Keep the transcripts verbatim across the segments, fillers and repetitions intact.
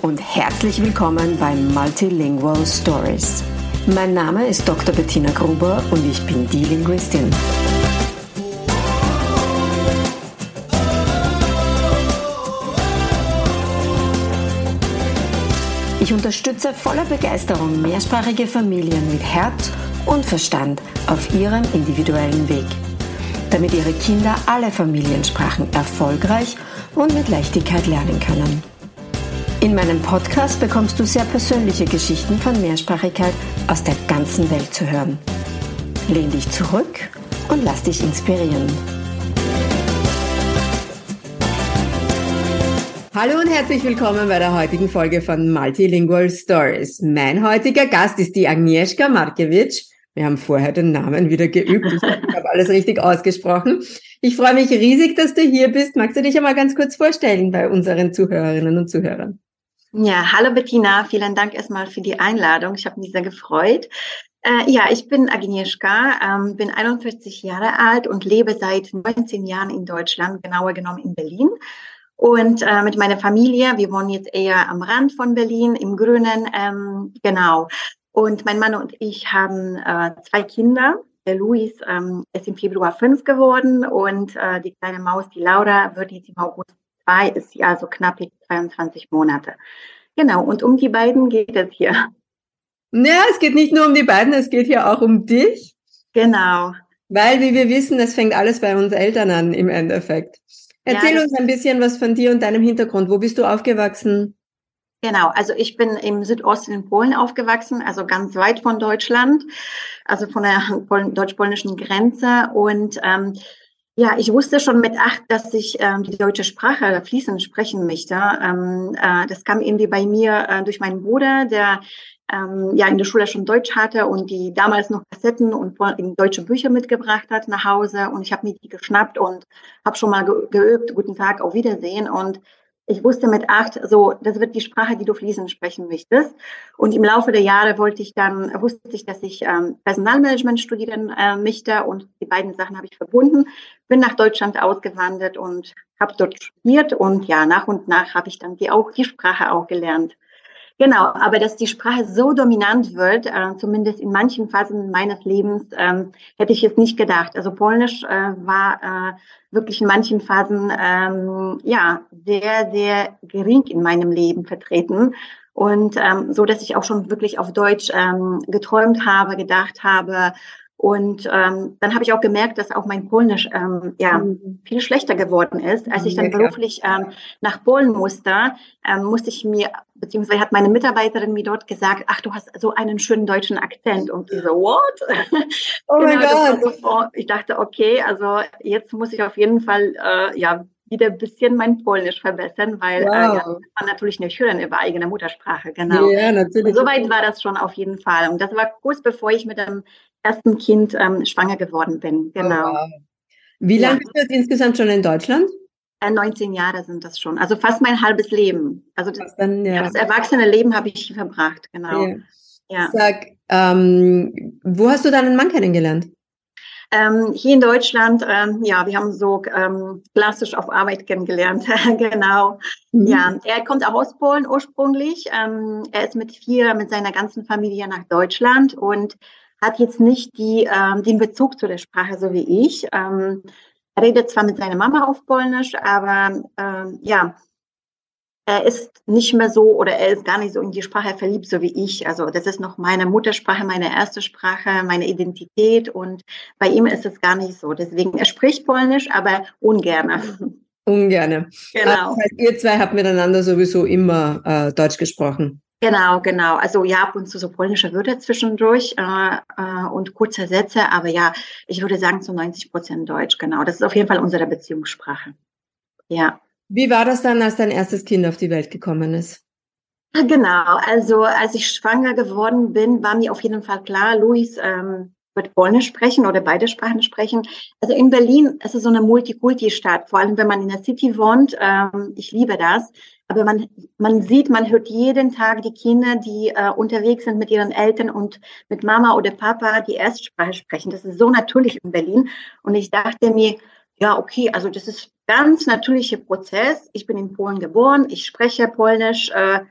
und herzlich willkommen bei Multilingual Stories. Mein Name ist Doktor Bettina Gruber und ich bin die Linguistin. Ich unterstütze voller Begeisterung mehrsprachige Familien mit Herz und Verstand auf ihrem individuellen Weg, damit ihre Kinder alle Familiensprachen erfolgreich und mit Leichtigkeit lernen können. In meinem Podcast bekommst du sehr persönliche Geschichten von Mehrsprachigkeit aus der ganzen Welt zu hören. Lehn dich zurück und lass dich inspirieren. Hallo und herzlich willkommen bei der heutigen Folge von Multilingual Stories. Mein heutiger Gast ist die Agnieszka Markiewicz. Wir haben vorher den Namen wieder geübt. Ich habe alles richtig ausgesprochen. Ich freue mich riesig, dass du hier bist. Magst du dich einmal ganz kurz vorstellen bei unseren Zuhörerinnen und Zuhörern? Ja, hallo Bettina. Vielen Dank erstmal für die Einladung. Ich habe mich sehr gefreut. Äh, ja, ich bin Agnieszka, ähm, bin einundvierzig Jahre alt und lebe seit neunzehn Jahren in Deutschland, genauer genommen in Berlin. Und äh, mit meiner Familie, wir wohnen jetzt eher am Rand von Berlin, im Grünen, ähm, genau. Und mein Mann und ich haben äh, zwei Kinder. Der Luis ähm, ist im Februar fünf geworden und äh, die kleine Maus, die Laura, wird jetzt im August zwei, ist ja also knapp zweiundzwanzig Monate. Genau, und um die beiden geht es hier. Ja, es geht nicht nur um die beiden, es geht hier auch um dich. Genau. Weil, wie wir wissen, es fängt alles bei uns Eltern an im Endeffekt. Erzähl ja, uns ein bisschen was von dir und deinem Hintergrund. Wo bist du aufgewachsen? Genau, also ich bin im Südosten in Polen aufgewachsen, also ganz weit von Deutschland, also von der deutsch-polnischen Grenze. Und ähm, ja, ich wusste schon mit acht, dass ich ähm, die deutsche Sprache fließend sprechen möchte. Ähm, äh, das kam irgendwie bei mir äh, durch meinen Bruder, der ähm, ja in der Schule schon Deutsch hatte und die damals noch Kassetten und deutsche Bücher mitgebracht hat nach Hause. Und ich habe mir die geschnappt und habe schon mal ge geübt. Guten Tag, auf Wiedersehen. Und ich wusste mit acht, so, das wird die Sprache, die du fließend sprechen möchtest. Und im Laufe der Jahre wollte ich dann, wusste ich, dass ich ähm, Personalmanagement studieren äh, möchte. Und die beiden Sachen habe ich verbunden. Bin nach Deutschland ausgewandert und habe dort studiert. Und ja, nach und nach habe ich dann die, auch die Sprache auch gelernt. Genau, aber dass die Sprache so dominant wird, äh, zumindest in manchen Phasen meines Lebens, ähm, hätte ich jetzt nicht gedacht. Also Polnisch äh, war äh, wirklich in manchen Phasen ähm, ja sehr, sehr gering in meinem Leben vertreten. Und ähm, so, dass ich auch schon wirklich auf Deutsch ähm, geträumt habe, gedacht habe. Und ähm, dann habe ich auch gemerkt, dass auch mein Polnisch ähm, ja mhm. viel schlechter geworden ist. Als ich dann ja, beruflich ähm, nach Polen musste, ähm, musste ich mir, beziehungsweise hat meine Mitarbeiterin mir dort gesagt, ach, du hast so einen schönen deutschen Akzent. Und ich so, what? Oh mein genau, Gott. So, ich dachte, okay, also jetzt muss ich auf jeden Fall äh, ja wieder ein bisschen mein Polnisch verbessern, weil wow. äh, ja, das kann natürlich nicht hören über eigene Muttersprache, genau. Ja, natürlich. Soweit war das schon auf jeden Fall. Und das war kurz bevor ich mit dem ersten Kind ähm, schwanger geworden bin, genau. Oh, wow. Wie lange ja. bist du jetzt insgesamt schon in Deutschland? Äh, neunzehn Jahre sind das schon, also fast mein halbes Leben. Also das, dann, ja. Ja, das erwachsene Leben habe ich hier verbracht, genau. Ja. Ja. Sag, ähm, wo hast du deinen Mann kennengelernt? Ähm, hier in Deutschland, ähm, ja, wir haben so ähm, klassisch auf Arbeit kennengelernt, genau. Mhm. Ja, er kommt auch aus Polen ursprünglich. Ähm, er ist mit vier, mit seiner ganzen Familie nach Deutschland und hat jetzt nicht die, ähm, den Bezug zu der Sprache, so wie ich. Ähm, er redet zwar mit seiner Mama auf Polnisch, aber ähm, ja, er ist nicht mehr so oder er ist gar nicht so in die Sprache verliebt, so wie ich. Also das ist noch meine Muttersprache, meine erste Sprache, meine Identität und bei ihm ist es gar nicht so. Deswegen, er spricht Polnisch, aber ungerne. Ungerne. Genau. Das heißt, ihr zwei habt miteinander sowieso immer äh, Deutsch gesprochen. Genau, genau. Also ja, ab und zu so polnische Wörter zwischendurch äh, äh, und kurze Sätze, aber ja, ich würde sagen zu neunzig Prozent Deutsch, genau. Das ist auf jeden Fall unsere Beziehungssprache. Ja. Wie war das dann, als dein erstes Kind auf die Welt gekommen ist? Genau, also als ich schwanger geworden bin, war mir auf jeden Fall klar, Luis ähm, wird Polnisch sprechen oder beide Sprachen sprechen. Also in Berlin ist es so eine Multikulti-Stadt, vor allem wenn man in der City wohnt. Ähm, ich liebe das. Aber man, man sieht, man hört jeden Tag die Kinder, die äh, unterwegs sind mit ihren Eltern und mit Mama oder Papa die Erstsprache sprechen. Das ist so natürlich in Berlin. Und ich dachte mir, ja, okay, also das ist ganz natürlicher Prozess. Ich bin in Polen geboren, ich spreche Polnisch. Äh,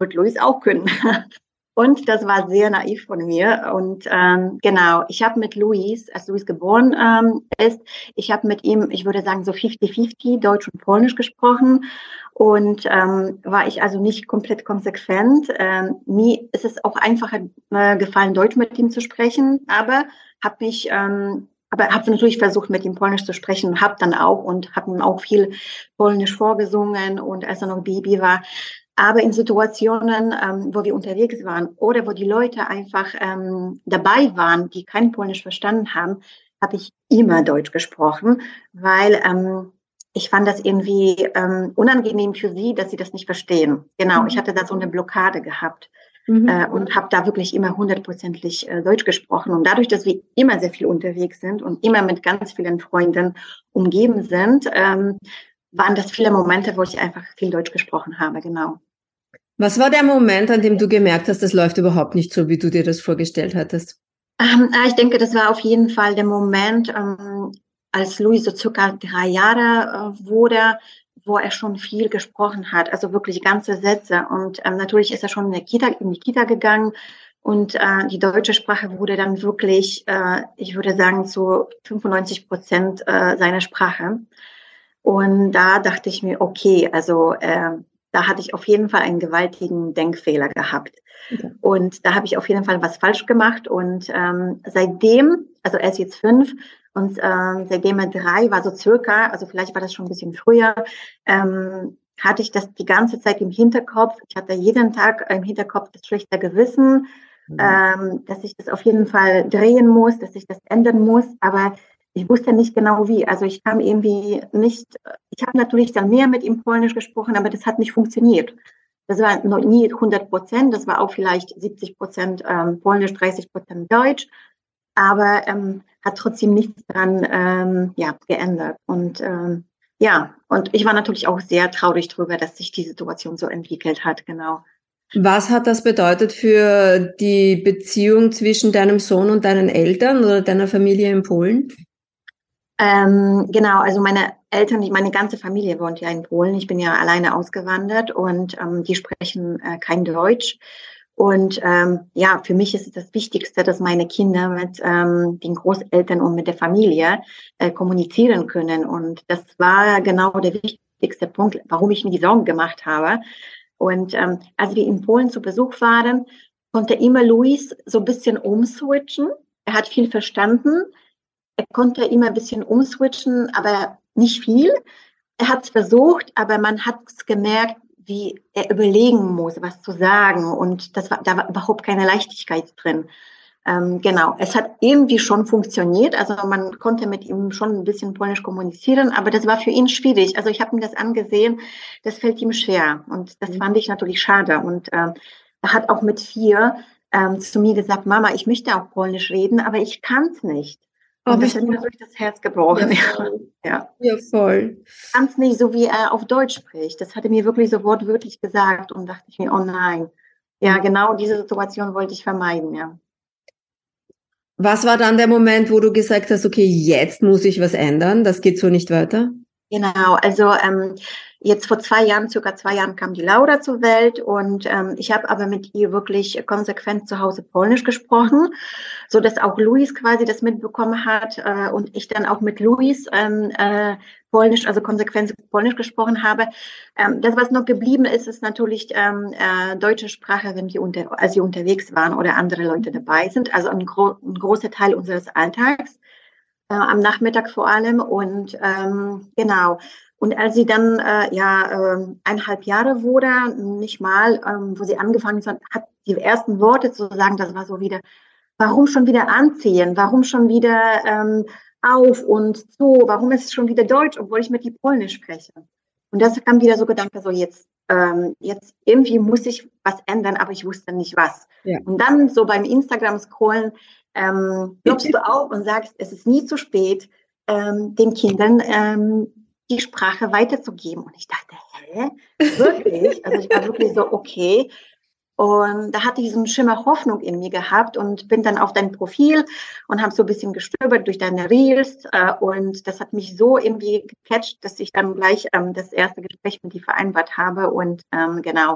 wird Luis auch können. Und das war sehr naiv von mir. Und ähm, genau, ich habe mit Luis, als Luis geboren ähm, ist, ich habe mit ihm, ich würde sagen, so fünfzig fünfzig Deutsch und Polnisch gesprochen. Und ähm, war ich also nicht komplett konsequent. Ähm, mir ist es auch einfacher äh, gefallen, Deutsch mit ihm zu sprechen, aber habe mich, ähm, aber habe natürlich versucht, mit ihm Polnisch zu sprechen, habe dann auch und habe ihm auch viel Polnisch vorgesungen und als er noch Baby war. Aber in Situationen, ähm, wo wir unterwegs waren oder wo die Leute einfach ähm, dabei waren, die kein Polnisch verstanden haben, habe ich immer Deutsch gesprochen, weil ähm, ich fand das irgendwie ähm, unangenehm für sie, dass sie das nicht verstehen. Genau, ich hatte da so eine Blockade gehabt Mhm. äh, und habe da wirklich immer hundertprozentig äh, Deutsch gesprochen. Und dadurch, dass wir immer sehr viel unterwegs sind und immer mit ganz vielen Freunden umgeben sind, ähm, waren das viele Momente, wo ich einfach viel Deutsch gesprochen habe, genau. Was war der Moment, an dem du gemerkt hast, das läuft überhaupt nicht so, wie du dir das vorgestellt hattest? Ähm, ich denke, das war auf jeden Fall der Moment, ähm, als Luis so circa drei Jahre äh, wurde, wo er schon viel gesprochen hat, also wirklich ganze Sätze. Und ähm, natürlich ist er schon in, der Kita, in die Kita gegangen und äh, die deutsche Sprache wurde dann wirklich, äh, ich würde sagen, zu fünfundneunzig Prozent äh, seiner Sprache. Und da dachte ich mir, okay, also äh, da hatte ich auf jeden Fall einen gewaltigen Denkfehler gehabt. Okay. Und da habe ich auf jeden Fall was falsch gemacht. Und ähm, seitdem, also er ist jetzt fünf und ähm, seitdem er drei war, so circa, also vielleicht war das schon ein bisschen früher, ähm, hatte ich das die ganze Zeit im Hinterkopf. Ich hatte jeden Tag im Hinterkopf das schlechte Gewissen, Mhm. ähm, dass ich das auf jeden Fall drehen muss, dass ich das ändern muss. Aber ich wusste nicht genau wie. Also ich kam irgendwie nicht, ich habe natürlich dann mehr mit ihm Polnisch gesprochen, aber das hat nicht funktioniert. Das war noch nie hundert Prozent, das war auch vielleicht siebzig Prozent ähm, Polnisch, dreißig Prozent Deutsch, aber ähm, hat trotzdem nichts daran ähm, ja, geändert. Und ähm, ja, und ich war natürlich auch sehr traurig darüber, dass sich die Situation so entwickelt hat, genau. Was hat das bedeutet für die Beziehung zwischen deinem Sohn und deinen Eltern oder deiner Familie in Polen? Ähm, genau, also meine Eltern, meine ganze Familie wohnt ja in Polen. Ich bin ja alleine ausgewandert und ähm, die sprechen äh, kein Deutsch. Und ähm, ja, für mich ist es das Wichtigste, dass meine Kinder mit ähm, den Großeltern und mit der Familie äh, kommunizieren können. Und das war genau der wichtigste Punkt, warum ich mir die Sorgen gemacht habe. Und ähm, als wir in Polen zu Besuch waren, konnte immer Luis so ein bisschen umswitchen. Er hat viel verstanden. Er konnte immer ein bisschen umswitchen, aber nicht viel. Er hat es versucht, aber man hat es gemerkt, wie er überlegen muss, was zu sagen. Und das war, da war überhaupt keine Leichtigkeit drin. Ähm, genau, es hat irgendwie schon funktioniert. Also man konnte mit ihm schon ein bisschen Polnisch kommunizieren, aber das war für ihn schwierig. Also ich habe mir das angesehen, das fällt ihm schwer. Und das fand ich natürlich schade. Und ähm, er hat auch mit vier ähm, zu mir gesagt, Mama, ich möchte auch Polnisch reden, aber ich kann es nicht. Und Aber das ich, hat mir natürlich das Herz gebrochen. ja, Ja, voll. ja. Ja, voll. Kann es nicht, so wie er auf Deutsch spricht. Das hat er mir wirklich so wortwörtlich gesagt und dachte ich mir, oh nein. Ja, genau diese Situation wollte ich vermeiden, ja. Was war dann der Moment, wo du gesagt hast, okay, jetzt muss ich was ändern, das geht so nicht weiter? Genau, also ähm, jetzt vor zwei Jahren, circa zwei Jahren kam die Laura zur Welt und ähm, ich habe aber mit ihr wirklich konsequent zu Hause Polnisch gesprochen, so dass auch Luis quasi das mitbekommen hat äh, und ich dann auch mit Luis ähm, äh, Polnisch, also konsequent Polnisch gesprochen habe. Ähm, das, was noch geblieben ist, ist natürlich ähm, äh, deutsche Sprache, wenn wir unter, als wir unterwegs waren oder andere Leute dabei sind, also ein, gro ein großer Teil unseres Alltags. Äh, am Nachmittag vor allem. Und ähm, genau. Und als sie dann äh, ja äh, eineinhalb Jahre wurde, nicht mal, ähm, wo sie angefangen hat, hat die ersten Worte zu sagen, das war so wieder, warum schon wieder anziehen? Warum schon wieder ähm, auf und zu? Warum ist es schon wieder Deutsch, obwohl ich mit die Polnisch spreche? Und das kam wieder so Gedanke, so jetzt, ähm, jetzt irgendwie muss ich was ändern, aber ich wusste nicht was. Ja. Und dann so beim Instagram-Scrollen ähm, klopfst du auf und sagst, es ist nie zu spät, ähm, den Kindern ähm, die Sprache weiterzugeben. Und ich dachte, hä? Wirklich? Also ich war wirklich so, okay. Und da hatte ich so einen Schimmer Hoffnung in mir gehabt und bin dann auf dein Profil und habe so ein bisschen gestöbert durch deine Reels. Äh, und das hat mich so irgendwie gecatcht, dass ich dann gleich ähm, das erste Gespräch mit dir vereinbart habe. Und ähm, genau,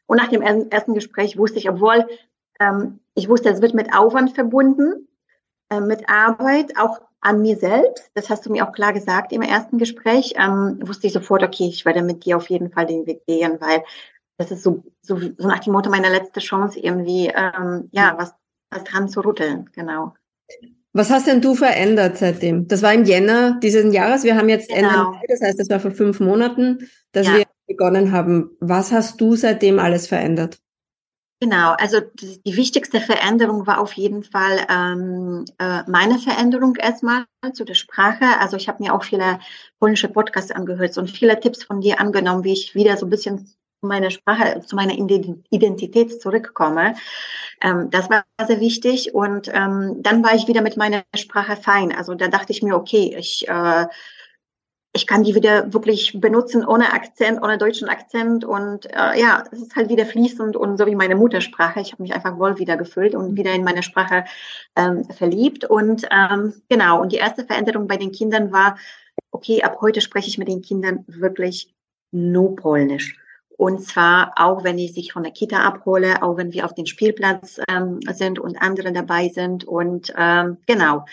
Und nach dem ersten Gespräch wusste ich, obwohl ähm, ich wusste, es wird mit Aufwand verbunden, äh, mit Arbeit, auch an mir selbst. Das hast du mir auch klar gesagt im ersten Gespräch. Ähm, wusste ich sofort, okay, ich werde mit dir auf jeden Fall den Weg gehen, weil das ist so, so, so nach dem Motto meine letzte Chance, irgendwie, ähm, ja, was, was dran zu rütteln, genau. Was hast denn du verändert seitdem? Das war im Jänner dieses Jahres. Wir haben jetzt Ende Genau. Mai, das heißt, das war vor fünf Monaten, dass Ja. wir begonnen haben. Was hast du seitdem alles verändert? Genau, also die, die wichtigste Veränderung war auf jeden Fall ähm, äh, meine Veränderung erstmal zu der Sprache. Also ich habe mir auch viele polnische Podcasts angehört und viele Tipps von dir angenommen, wie ich wieder so ein bisschen zu meiner Sprache, zu meiner Identität zurückkomme. Ähm, das war sehr wichtig und ähm, dann war ich wieder mit meiner Sprache fein. Also da dachte ich mir, okay, ich äh, ich kann die wieder wirklich benutzen ohne Akzent, ohne deutschen Akzent und äh, ja, es ist halt wieder fließend und so wie meine Muttersprache. Ich habe mich einfach wohl wieder gefühlt und wieder in meine Sprache ähm, verliebt und ähm, genau. Und die erste Veränderung bei den Kindern war, okay, ab heute spreche ich mit den Kindern wirklich nur Polnisch. Und zwar auch, wenn ich sie von der Kita abhole, auch wenn wir auf dem Spielplatz ähm, sind und andere dabei sind und ähm, genau.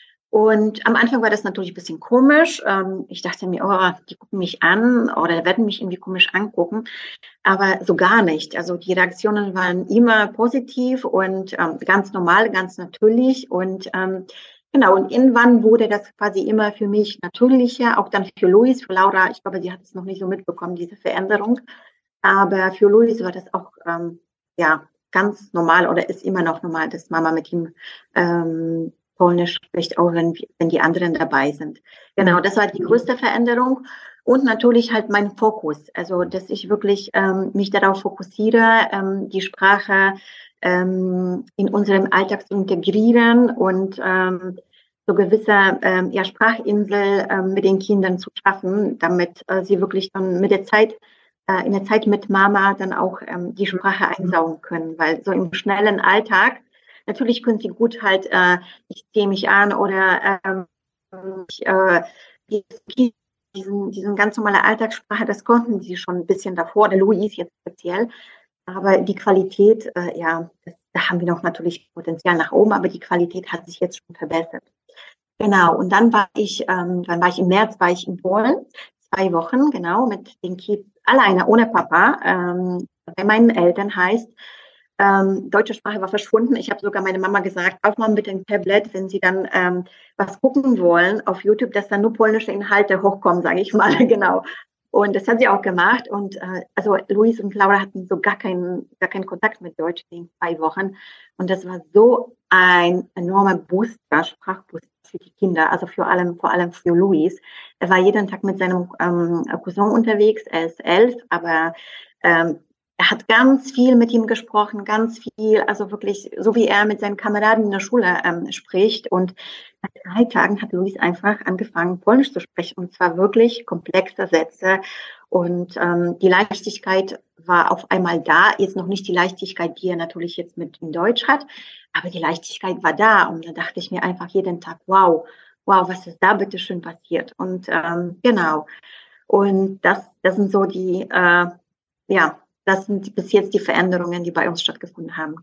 Und am Anfang war das natürlich ein bisschen komisch. Ähm, ich dachte mir, oh, die gucken mich an oder werden mich irgendwie komisch angucken. Aber so gar nicht. Also die Reaktionen waren immer positiv und ähm, ganz normal, ganz natürlich. Und ähm, genau, und irgendwann wurde das quasi immer für mich natürlicher, auch dann für Luis, für Laura. Ich glaube, sie hat es noch nicht so mitbekommen, diese Veränderung. Aber für Luis war das auch ähm, ja ganz normal oder ist immer noch normal, dass Mama mit ihm ähm, Polnisch spricht, auch wenn, wenn die anderen dabei sind. Genau, das war die größte Veränderung. Und natürlich halt mein Fokus, also dass ich wirklich ähm, mich darauf fokussiere, ähm, die Sprache ähm, in unserem Alltag zu integrieren und ähm, so gewisse ähm, ja, Sprachinsel ähm, mit den Kindern zu schaffen, damit äh, sie wirklich dann mit der Zeit, äh, in der Zeit mit Mama dann auch ähm, die Sprache einsaugen können, weil so im schnellen Alltag natürlich können sie gut halt, äh, ich ziehe mich an oder ähm, ich, äh, diesen, diesen ganz normale Alltagssprache, das konnten sie schon ein bisschen davor, der Luis jetzt speziell. Aber die Qualität, äh, ja, das, da haben wir noch natürlich Potenzial nach oben, aber die Qualität hat sich jetzt schon verbessert. Genau, und dann war ich, ähm, dann war ich im März, war ich in Polen, zwei Wochen, genau, mit den Kids, alleine, ohne Papa, ähm, bei meinen Eltern heißt, ähm, deutsche Sprache war verschwunden. Ich habe sogar meine Mama gesagt, auch mal mit dem Tablet, wenn sie dann ähm, was gucken wollen auf YouTube, dass dann nur polnische Inhalte hochkommen, sage ich mal, genau. Und das hat sie auch gemacht. Und äh, also Luis und Laura hatten so gar keinen, gar keinen Kontakt mit Deutsch in zwei Wochen. Und das war so ein enormer Booster, Sprachbooster für die Kinder, also für allem, vor allem für Luis. Er war jeden Tag mit seinem ähm, Cousin unterwegs. Er ist elf, aber ähm, er hat ganz viel mit ihm gesprochen, ganz viel, also wirklich, so wie er mit seinen Kameraden in der Schule ähm, spricht. Und nach drei Tagen hat Luis einfach angefangen, Polnisch zu sprechen. Und zwar wirklich komplexe Sätze. Und ähm, die Leichtigkeit war auf einmal da. Jetzt noch nicht die Leichtigkeit, die er natürlich jetzt mit in Deutsch hat, aber die Leichtigkeit war da. Und da dachte ich mir einfach jeden Tag, wow, wow, was ist da bitte schön passiert? Und ähm, genau. Und das, das sind so die, äh, ja, das sind bis jetzt die Veränderungen, die bei uns stattgefunden haben.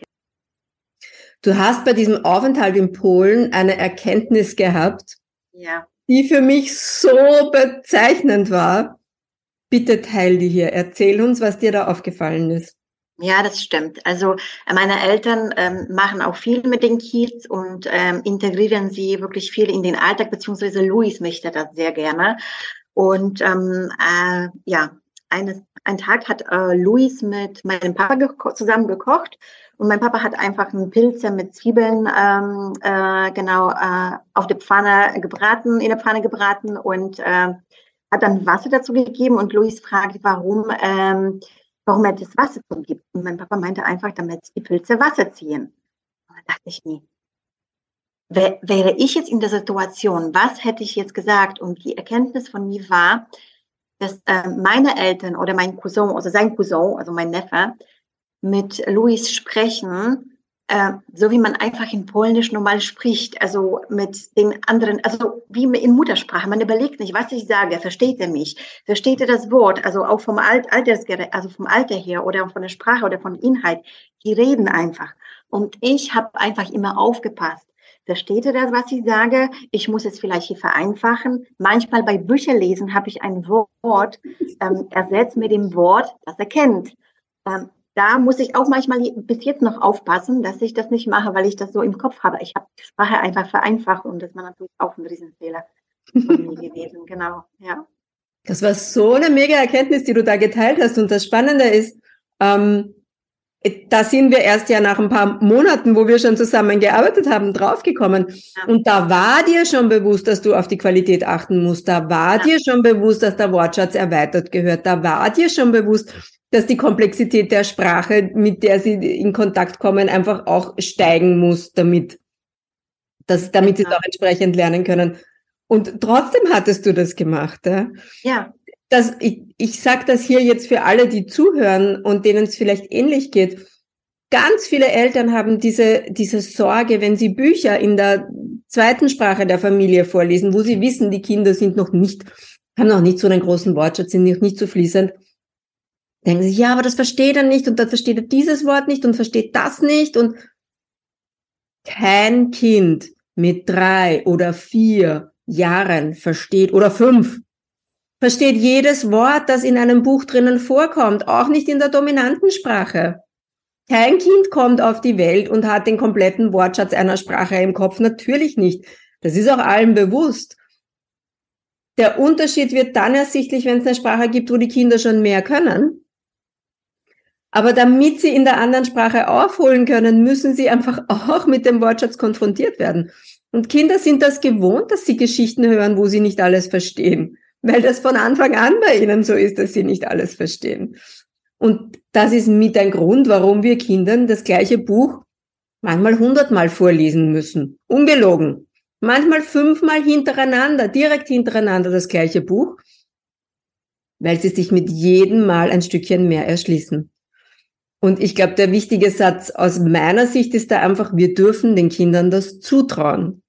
Du hast bei diesem Aufenthalt in Polen eine Erkenntnis gehabt, ja, die für mich so bezeichnend war. Bitte teil die hier. Erzähl uns, was dir da aufgefallen ist. Ja, das stimmt. Also meine Eltern ähm, machen auch viel mit den Kids und ähm, integrieren sie wirklich viel in den Alltag, beziehungsweise Luis möchte das sehr gerne. Und ähm, äh, ja, eines, ein Tag hat äh, Luis mit meinem Papa geko- zusammen gekocht und mein Papa hat einfach einen Pilze mit Zwiebeln ähm, äh, genau äh, auf der Pfanne gebraten, in der Pfanne gebraten und äh, hat dann Wasser dazu gegeben und Luis fragt, warum, ähm, warum er das Wasser so gibt. Und mein Papa meinte einfach, damit die Pilze Wasser ziehen. Und da dachte ich nie. Wäre ich jetzt in der Situation, was hätte ich jetzt gesagt? Und die Erkenntnis von mir war, dass äh, meine Eltern oder mein Cousin, also sein Cousin, also mein Neffe, mit Luis sprechen, äh, so wie man einfach in Polnisch normal spricht, also mit den anderen, also wie in Muttersprache. Man überlegt nicht, was ich sage, versteht er mich, versteht er das Wort, also auch vom Alt, Altersgerät, also vom Alter her oder von der Sprache oder vom Inhalt. Die reden einfach. Und ich habe einfach immer aufgepasst. Versteht er das, was ich sage? Ich muss es vielleicht hier vereinfachen. Manchmal bei Bücherlesen habe ich ein Wort ähm, ersetzt mit dem Wort, das er kennt. Ähm, da muss ich auch manchmal bis jetzt noch aufpassen, dass ich das nicht mache, weil ich das so im Kopf habe. Ich habe die Sprache einfach vereinfacht und das war natürlich auch ein Riesenfehler von mir gewesen. Genau, ja. Das war so eine mega Erkenntnis, die du da geteilt hast. Und das Spannende ist, ähm, da sind wir erst ja nach ein paar Monaten, wo wir schon zusammen gearbeitet haben, draufgekommen. Ja. Und da war dir schon bewusst, dass du auf die Qualität achten musst. Da war ja. dir schon bewusst, dass der Wortschatz erweitert gehört. Da war dir schon bewusst, dass die Komplexität der Sprache, mit der sie in Kontakt kommen, einfach auch steigen muss, damit, dass, damit ja. sie es auch entsprechend lernen können. Und trotzdem hattest du das gemacht. Ja. ja. Das, ich, ich sage das hier jetzt für alle, die zuhören und denen es vielleicht ähnlich geht. Ganz viele Eltern haben diese, diese Sorge, wenn sie Bücher in der zweiten Sprache der Familie vorlesen, wo sie wissen, die Kinder sind noch nicht, haben noch nicht so einen großen Wortschatz, sind noch nicht so fließend, denken sie, ja, aber das versteht er nicht und dann versteht er dieses Wort nicht und versteht das nicht. Und kein Kind mit drei oder vier Jahren versteht, oder fünf, versteht jedes Wort, das in einem Buch drinnen vorkommt, auch nicht in der dominanten Sprache. Kein Kind kommt auf die Welt und hat den kompletten Wortschatz einer Sprache im Kopf, natürlich nicht. Das ist auch allen bewusst. Der Unterschied wird dann ersichtlich, wenn es eine Sprache gibt, wo die Kinder schon mehr können. Aber damit sie in der anderen Sprache aufholen können, müssen sie einfach auch mit dem Wortschatz konfrontiert werden. Und Kinder sind das gewohnt, dass sie Geschichten hören, wo sie nicht alles verstehen. Weil das von Anfang an bei ihnen so ist, dass sie nicht alles verstehen. Und das ist mit ein Grund, warum wir Kindern das gleiche Buch manchmal hundertmal vorlesen müssen. Ungelogen. Manchmal fünfmal hintereinander, direkt hintereinander das gleiche Buch, weil sie sich mit jedem Mal ein Stückchen mehr erschließen. Und ich glaube, der wichtige Satz aus meiner Sicht ist da einfach, wir dürfen den Kindern das zutrauen.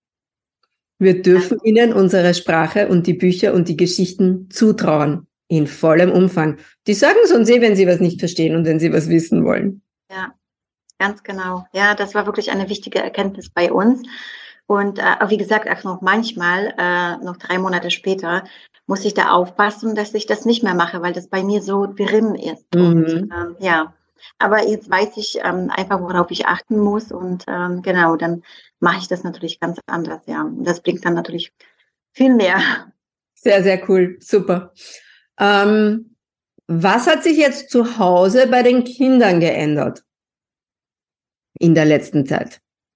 Wir dürfen ihnen unsere Sprache und die Bücher und die Geschichten zutrauen. In vollem Umfang. Die sagen es uns eh, wenn sie was nicht verstehen und wenn sie was wissen wollen. Ja, ganz genau. Ja, das war wirklich eine wichtige Erkenntnis bei uns. Und äh, wie gesagt, auch noch manchmal, äh, noch drei Monate später, muss ich da aufpassen, dass ich das nicht mehr mache, weil das bei mir so drin ist. Mhm. Und ähm, ja, aber jetzt weiß ich ähm, einfach, worauf ich achten muss. Und ähm, genau, dann mache ich das natürlich ganz anders. Ja, und das bringt dann natürlich viel mehr. Sehr, sehr cool. Super. Ähm, was hat sich jetzt zu Hause bei den Kindern geändert in der letzten Zeit?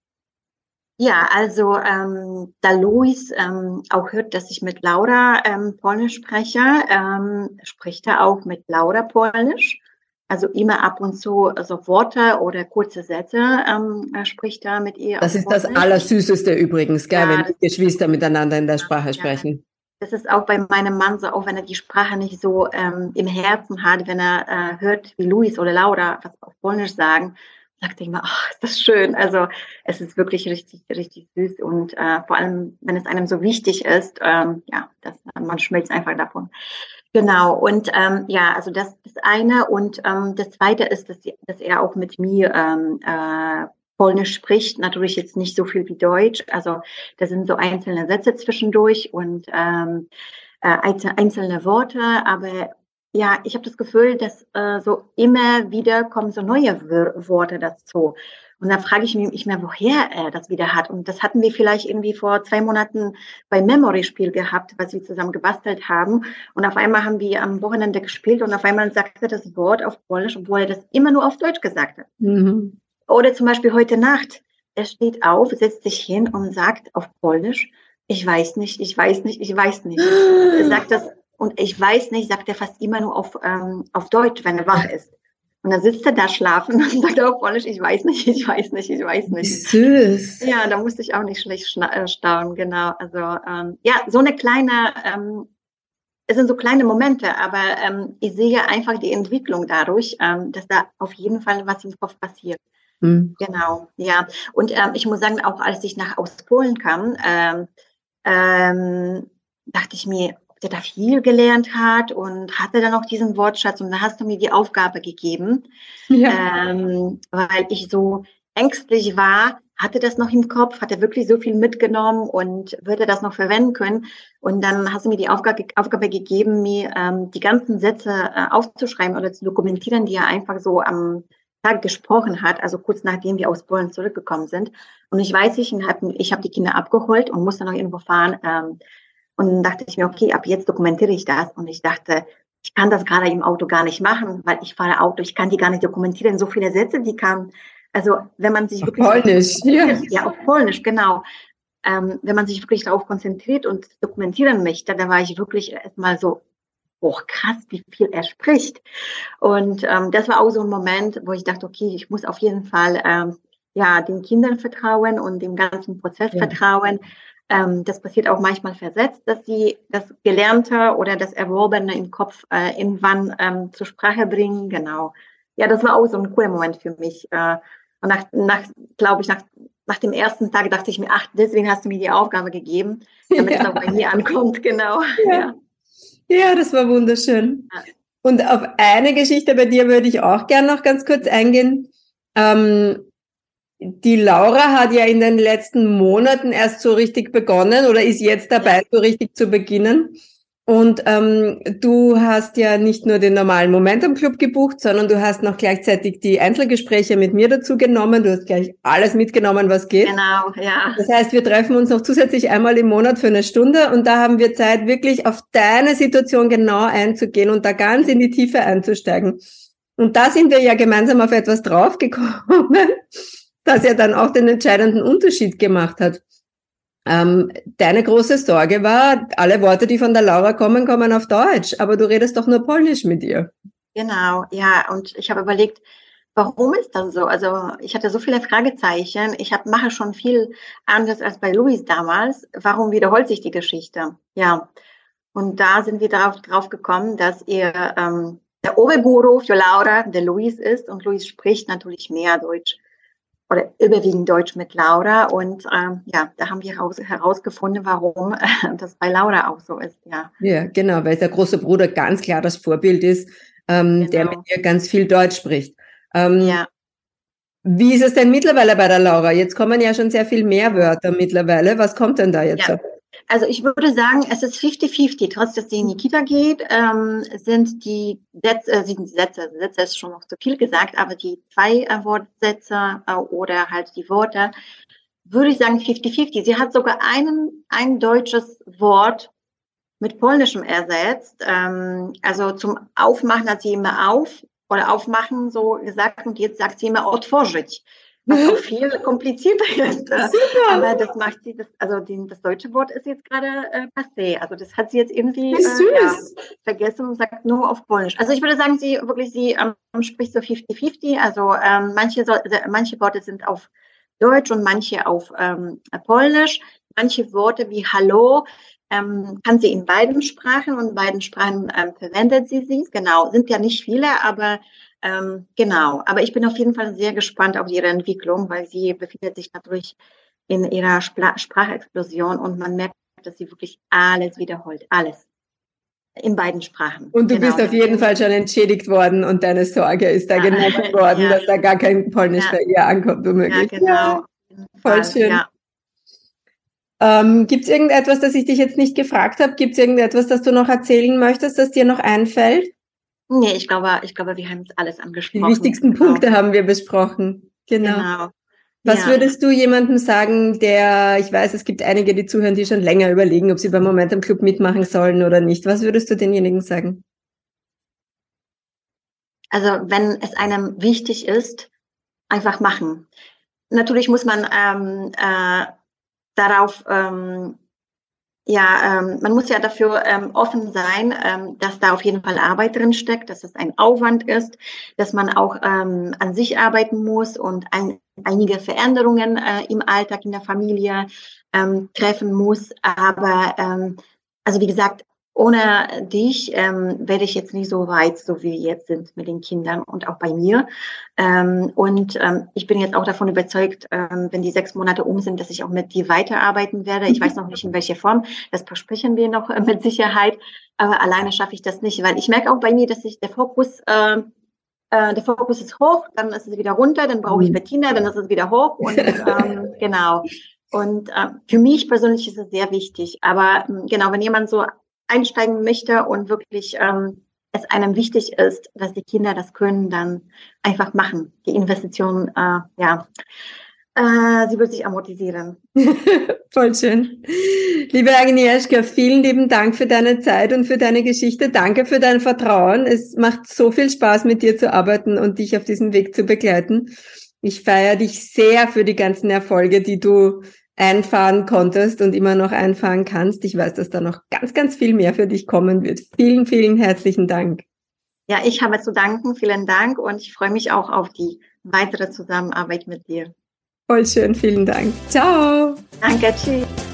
Ja, also ähm, da Luis ähm, auch hört, dass ich mit Laura ähm, Polnisch spreche, ähm, spricht er auch mit Laura Polnisch. Also immer ab und zu also Worte oder kurze Sätze ähm, spricht er mit ihr. Das ist Polnisch. Das Allersüßeste übrigens, gell, ja, wenn die Geschwister miteinander in der Sprache ja, sprechen. Das ist auch bei meinem Mann so, auch wenn er die Sprache nicht so ähm, im Herzen hat, wenn er äh, hört, wie Luis oder Laura was auf Polnisch sagen, sagt er immer, ach, ist das schön. Also es ist wirklich richtig, richtig süß und äh, vor allem, wenn es einem so wichtig ist, ähm, ja, das, man schmilzt einfach davon. Genau, und ähm, ja, also das ist eine und ähm, das zweite ist, dass, dass er auch mit mir ähm, äh, Polnisch spricht, natürlich jetzt nicht so viel wie Deutsch, also da sind so einzelne Sätze zwischendurch und ähm, äh, einzelne Worte, aber ja, ich habe das Gefühl, dass äh, so immer wieder kommen so neue w- Worte dazu. Und dann frage ich mich nicht mehr, woher er das wieder hat. Und das hatten wir vielleicht irgendwie vor zwei Monaten beim Memory-Spiel gehabt, was wir zusammen gebastelt haben. Und auf einmal haben wir am Wochenende gespielt und auf einmal sagte er das Wort auf Polnisch, obwohl er das immer nur auf Deutsch gesagt hat. Mhm. Oder zum Beispiel heute Nacht. Er steht auf, setzt sich hin und sagt auf Polnisch, ich weiß nicht, ich weiß nicht, ich weiß nicht. Er sagt das, und ich weiß nicht, sagt er fast immer nur auf, ähm, auf Deutsch, wenn er wach ist. Und dann sitzt er da schlafen und sagt auf Polnisch, ich weiß nicht, ich weiß nicht, ich weiß nicht. Süß. Ja, da musste ich auch nicht schlecht schna- staunen, genau. Also ähm, ja, so eine kleine, ähm, es sind so kleine Momente, aber ähm, ich sehe einfach die Entwicklung dadurch, ähm, dass da auf jeden Fall was im Kopf passiert. Hm. Genau, ja. Und ähm, ich muss sagen, auch als ich nach aus Polen kam, ähm, ähm, dachte ich mir, ob der da viel gelernt hat und hatte dann auch diesen Wortschatz. Und da hast du mir die Aufgabe gegeben, Ja. ähm, weil ich so ängstlich war, hatte das noch im Kopf, hatte wirklich so viel mitgenommen und würde das noch verwenden können. Und dann hast du mir die Aufgabe, Aufgabe gegeben, mir ähm, die ganzen Sätze äh, aufzuschreiben oder zu dokumentieren, die er einfach so am Tag gesprochen hat, also kurz nachdem wir aus Polen zurückgekommen sind. Und ich weiß, ich habe ich hab die Kinder abgeholt und musste noch irgendwo fahren. Ähm, und dann dachte ich mir, okay, ab jetzt dokumentiere ich das. Und ich dachte, ich kann das gerade im Auto gar nicht machen, weil ich fahre Auto, ich kann die gar nicht dokumentieren. So viele Sätze, die kamen. Also wenn man sich Auf wirklich Polnisch, ja. ja, auf Polnisch, genau. Ähm, wenn man sich wirklich darauf konzentriert und dokumentieren möchte, da war ich wirklich erstmal so, oh krass, wie viel er spricht. Und ähm, das war auch so ein Moment, wo ich dachte, okay, ich muss auf jeden Fall ähm, ja den Kindern vertrauen und dem ganzen Prozess Ja. vertrauen. Ähm, das passiert auch manchmal versetzt, dass sie das Gelernte oder das Erworbene im Kopf äh, irgendwann ähm, zur Sprache bringen. Genau. Ja, das war auch so ein cooler Moment für mich. Äh, und nach, nach glaube ich, nach, nach dem ersten Tag dachte ich mir, ach, deswegen hast du mir die Aufgabe gegeben, damit es Ja. auch bei mir ankommt. Genau. Ja. Ja. Ja, das war wunderschön. Ja. Und auf eine Geschichte bei dir würde ich auch gern noch ganz kurz eingehen. Ähm, die Laura hat ja in den letzten Monaten erst so richtig begonnen oder ist jetzt dabei, Ja. so richtig zu beginnen. Und ähm, du hast ja nicht nur den normalen Momentum Club gebucht, sondern du hast noch gleichzeitig die Einzelgespräche mit mir dazu genommen. Du hast gleich alles mitgenommen, was geht. Genau, ja. Das heißt, wir treffen uns noch zusätzlich einmal im Monat für eine Stunde und da haben wir Zeit, wirklich auf deine Situation genau einzugehen und da ganz in die Tiefe einzusteigen. Und da sind wir ja gemeinsam auf etwas draufgekommen, das ja dann auch den entscheidenden Unterschied gemacht hat. Ähm, deine große Sorge war, alle Worte, die von der Laura kommen, kommen auf Deutsch, aber du redest doch nur Polnisch mit ihr. Genau, ja. Und ich habe überlegt, warum ist das so? Also ich hatte so viele Fragezeichen. Ich hab, mache schon viel anders als bei Luis damals. Warum wiederholt sich die Geschichte? Ja. Und da sind wir darauf drauf gekommen, dass ihr ähm, der Oberguru für Laura der Luis ist und Luis spricht natürlich mehr Deutsch oder überwiegend Deutsch mit Laura. Und ähm, ja, da haben wir heraus, herausgefunden, warum äh, das bei Laura auch so ist. Ja, Ja, genau, weil der große Bruder ganz klar das Vorbild ist, ähm, genau. der mit ihr ganz viel Deutsch spricht. Ähm, Ja. Wie ist es denn mittlerweile bei der Laura? Jetzt kommen ja schon sehr viel mehr Wörter mittlerweile. Was kommt denn da jetzt? Ja. Also ich würde sagen, es ist fifty fifty. Trotz, dass sie in die Kita geht, ähm, sind die Sätze, äh, sind die Sätze, Sätze ist schon noch zu viel gesagt, aber die zwei äh, Wortsätze äh, oder halt die Worte, würde ich sagen fifty fifty. Sie hat sogar einen, ein deutsches Wort mit Polnischem ersetzt. Ähm, also zum Aufmachen hat sie immer auf oder aufmachen so gesagt und jetzt sagt sie immer otworzyć, was auch viel komplizierter ist. Äh, aber das macht sie, das, also die, das deutsche Wort ist jetzt gerade äh, passé. Also das hat sie jetzt irgendwie Wie süß. äh, ja, vergessen und sagt nur auf Polnisch. Also ich würde sagen, sie wirklich, sie ähm, spricht so fifty fifty. Also ähm, manche, so, manche Worte sind auf Deutsch und manche auf ähm, Polnisch. Manche Worte wie Hallo ähm, kann sie in beiden Sprachen und in beiden Sprachen ähm, verwendet sie sie. Genau, sind ja nicht viele, aber ähm, genau. Aber ich bin auf jeden Fall sehr gespannt auf ihre Entwicklung, weil sie befindet sich natürlich in ihrer Spla- Sprachexplosion und man merkt, dass sie wirklich alles wiederholt, alles. In beiden Sprachen. Und du genau. bist auf jeden Fall schon entschädigt worden und deine Sorge ist da Ja. genommen worden, Ja. dass da gar kein Polnisch Ja. bei ihr ankommt, womöglich. Ja, genau. Ja, voll schön. Ja. Ähm, gibt es irgendetwas, das ich dich jetzt nicht gefragt habe? Gibt es irgendetwas, das du noch erzählen möchtest, das dir noch einfällt? Nee, ich glaube, ich glaube, wir haben jetzt alles Die angesprochen. wichtigsten Genau. Punkte haben wir besprochen. Genau. Genau. Was Ja. würdest du jemandem sagen, der, ich weiß, es gibt einige, die zuhören, die schon länger überlegen, ob sie beim Momentum Club mitmachen sollen oder nicht. Was würdest du denjenigen sagen? Also wenn es einem wichtig ist, einfach machen. Natürlich muss man ähm, äh, darauf, ähm, ja, ähm, man muss ja dafür ähm, offen sein, ähm, dass da auf jeden Fall Arbeit drin steckt, dass es ein Aufwand ist, dass man auch ähm, an sich arbeiten muss und ein, einige Veränderungen äh, im Alltag, in der Familie ähm, treffen muss. Aber ähm, also wie gesagt, ohne dich ähm, werde ich jetzt nicht so weit, so wie wir jetzt sind mit den Kindern und auch bei mir. Ähm, und ähm, ich bin jetzt auch davon überzeugt, ähm, wenn die sechs Monate um sind, dass ich auch mit dir weiterarbeiten werde. Ich weiß noch nicht, in welcher Form. Das versprechen wir noch äh, mit Sicherheit. Aber alleine schaffe ich das nicht, weil ich merke auch bei mir, dass ich der Fokus, äh, äh, der Fokus ist hoch, dann ist es wieder runter, dann brauche ich Bettina, dann ist es wieder hoch und ähm, genau. Und äh, für mich persönlich ist es sehr wichtig. Aber ähm, genau, wenn jemand so einsteigen möchte und wirklich ähm, es einem wichtig ist, dass die Kinder das können, dann einfach machen. Die Investition, äh, ja, äh, sie wird sich amortisieren. Voll schön. Liebe Agnieszka, vielen lieben Dank für deine Zeit und für deine Geschichte. Danke für dein Vertrauen. Es macht so viel Spaß, mit dir zu arbeiten und dich auf diesem Weg zu begleiten. Ich feiere dich sehr für die ganzen Erfolge, die du einfahren konntest und immer noch einfahren kannst. Ich weiß, dass da noch ganz, ganz viel mehr für dich kommen wird. Vielen, vielen herzlichen Dank. Ja, ich habe zu danken. Vielen Dank und ich freue mich auch auf die weitere Zusammenarbeit mit dir. Voll schön, vielen Dank. Ciao. Danke, tschüss.